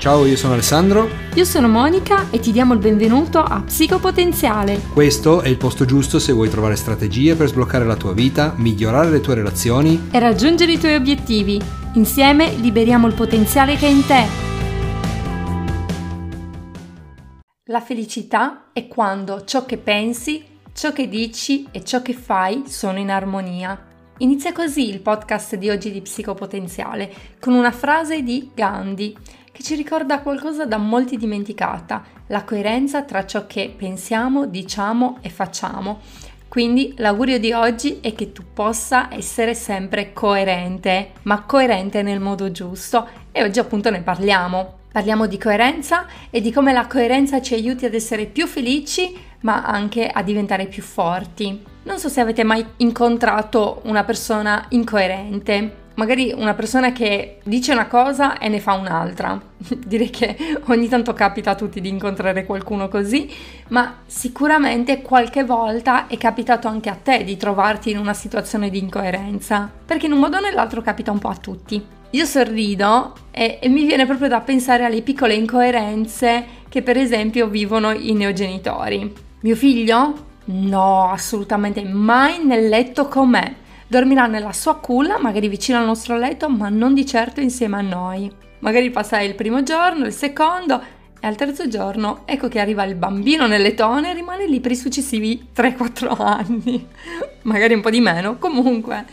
Ciao, io sono Alessandro. Io sono Monica e ti diamo il benvenuto a Psicopotenziale. Questo è il posto giusto se vuoi trovare strategie per sbloccare la tua vita, migliorare le tue relazioni e raggiungere i tuoi obiettivi. Insieme liberiamo il potenziale che è in te. La felicità è quando ciò che pensi, ciò che dici e ciò che fai sono in armonia. Inizia così il podcast di oggi di Psicopotenziale, con una frase di Gandhi, che ci ricorda qualcosa da molti dimenticata, la coerenza tra ciò che pensiamo, diciamo e facciamo. Quindi l'augurio di oggi è che tu possa essere sempre coerente, ma coerente nel modo giusto, e oggi appunto ne parliamo. Parliamo di coerenza e di come la coerenza ci aiuti ad essere più felici, ma anche a diventare più forti. Non so se avete mai incontrato una persona incoerente. Magari una persona che dice una cosa e ne fa un'altra. Direi che ogni tanto capita a tutti di incontrare qualcuno così, ma sicuramente qualche volta è capitato anche a te di trovarti in una situazione di incoerenza, perché in un modo o nell'altro capita un po' a tutti. Io sorrido e mi viene proprio da pensare alle piccole incoerenze che per esempio vivono i neogenitori. Mio figlio? No, assolutamente mai nel letto con me. Dormirà nella sua culla, magari vicino al nostro letto, ma non di certo insieme a noi. Magari passa il primo giorno, il secondo e al terzo giorno ecco che arriva il bambino nel lettone e rimane lì per i successivi 3-4 anni. Magari un po' di meno, comunque.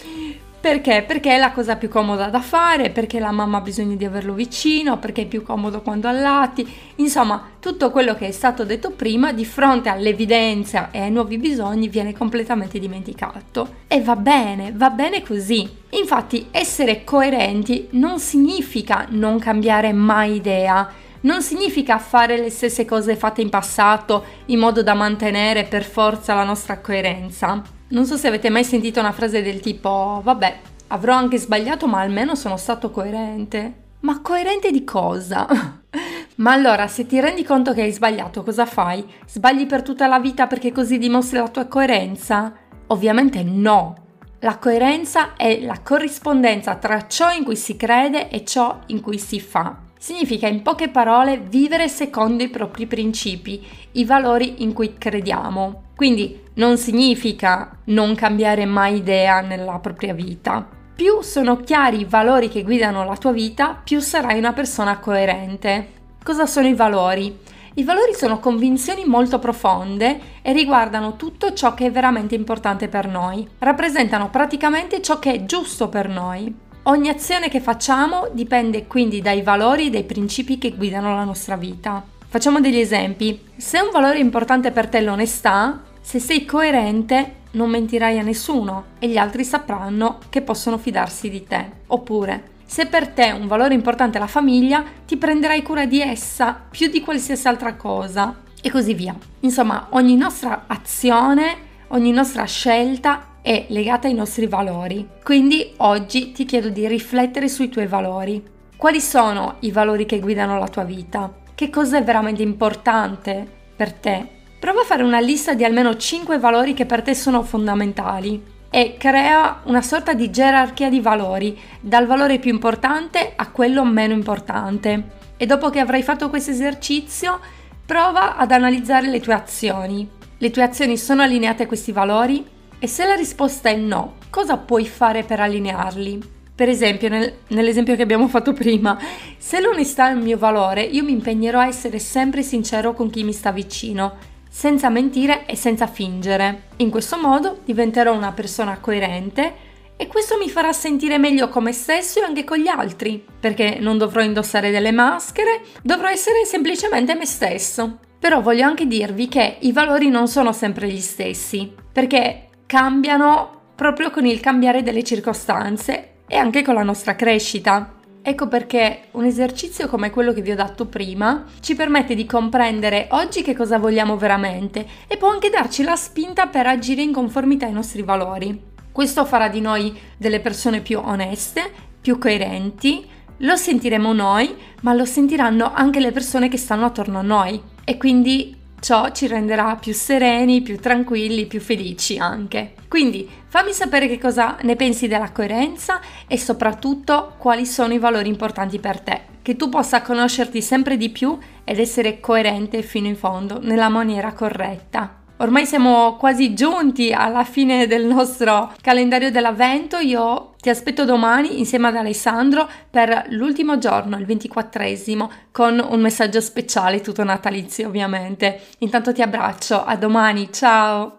Perché? Perché è la cosa più comoda da fare, perché la mamma ha bisogno di averlo vicino, perché è più comodo quando allatti. Insomma, tutto quello che è stato detto prima, di fronte all'evidenza e ai nuovi bisogni, viene completamente dimenticato. E va bene così. Infatti, essere coerenti non significa non cambiare mai idea, non significa fare le stesse cose fatte in passato in modo da mantenere per forza la nostra coerenza. Non so se avete mai sentito una frase del tipo: vabbè, avrò anche sbagliato, ma almeno sono stato coerente. Ma coerente di cosa? Ma allora, se ti rendi conto che hai sbagliato, cosa fai? Sbagli per tutta la vita perché così dimostri la tua coerenza? Ovviamente no. La coerenza è la corrispondenza tra ciò in cui si crede e ciò in cui si fa. Significa, in poche parole, vivere secondo i propri principi, i valori in cui crediamo. Quindi non significa non cambiare mai idea nella propria vita. Più sono chiari i valori che guidano la tua vita, più sarai una persona coerente. Cosa sono i valori? I valori sono convinzioni molto profonde e riguardano tutto ciò che è veramente importante per noi. Rappresentano praticamente ciò che è giusto per noi. Ogni azione che facciamo dipende quindi dai valori e dai principi che guidano la nostra vita. Facciamo degli esempi. Se un valore importante per te è l'onestà, se sei coerente non mentirai a nessuno e gli altri sapranno che possono fidarsi di te. Oppure, se per te un valore importante è la famiglia, ti prenderai cura di essa più di qualsiasi altra cosa e così via. Insomma, ogni nostra azione, ogni nostra scelta è legata ai nostri valori. Quindi oggi ti chiedo di riflettere sui tuoi valori. Quali sono i valori che guidano la tua vita? Che cosa è veramente importante per te? Prova a fare una lista di almeno 5 valori che per te sono fondamentali e crea una sorta di gerarchia di valori, dal valore più importante a quello meno importante. E dopo che avrai fatto questo esercizio, prova ad analizzare le tue azioni. Le tue azioni sono allineate a questi valori? E se la risposta è no, cosa puoi fare per allinearli? Per esempio, nell'esempio che abbiamo fatto prima, se l'onestà è un mio valore, io mi impegnerò a essere sempre sincero con chi mi sta vicino, senza mentire e senza fingere. In questo modo diventerò una persona coerente e questo mi farà sentire meglio con me stesso e anche con gli altri, perché non dovrò indossare delle maschere, dovrò essere semplicemente me stesso. Però voglio anche dirvi che i valori non sono sempre gli stessi, perché cambiano proprio con il cambiare delle circostanze e anche con la nostra crescita. Ecco perché un esercizio come quello che vi ho dato prima ci permette di comprendere oggi che cosa vogliamo veramente e può anche darci la spinta per agire in conformità ai nostri valori. Questo farà di noi delle persone più oneste, più coerenti, lo sentiremo noi, ma lo sentiranno anche le persone che stanno attorno a noi e quindi ciò ci renderà più sereni, più tranquilli, più felici anche. Quindi fammi sapere che cosa ne pensi della coerenza e soprattutto quali sono i valori importanti per te. che tu possa conoscerti sempre di più ed essere coerente fino in fondo, nella maniera corretta. Ormai siamo quasi giunti alla fine del nostro calendario dell'avvento. Io ti aspetto domani insieme ad Alessandro per l'ultimo giorno, il 24esimo, con un messaggio speciale tutto natalizio ovviamente. Intanto ti abbraccio, a domani, ciao!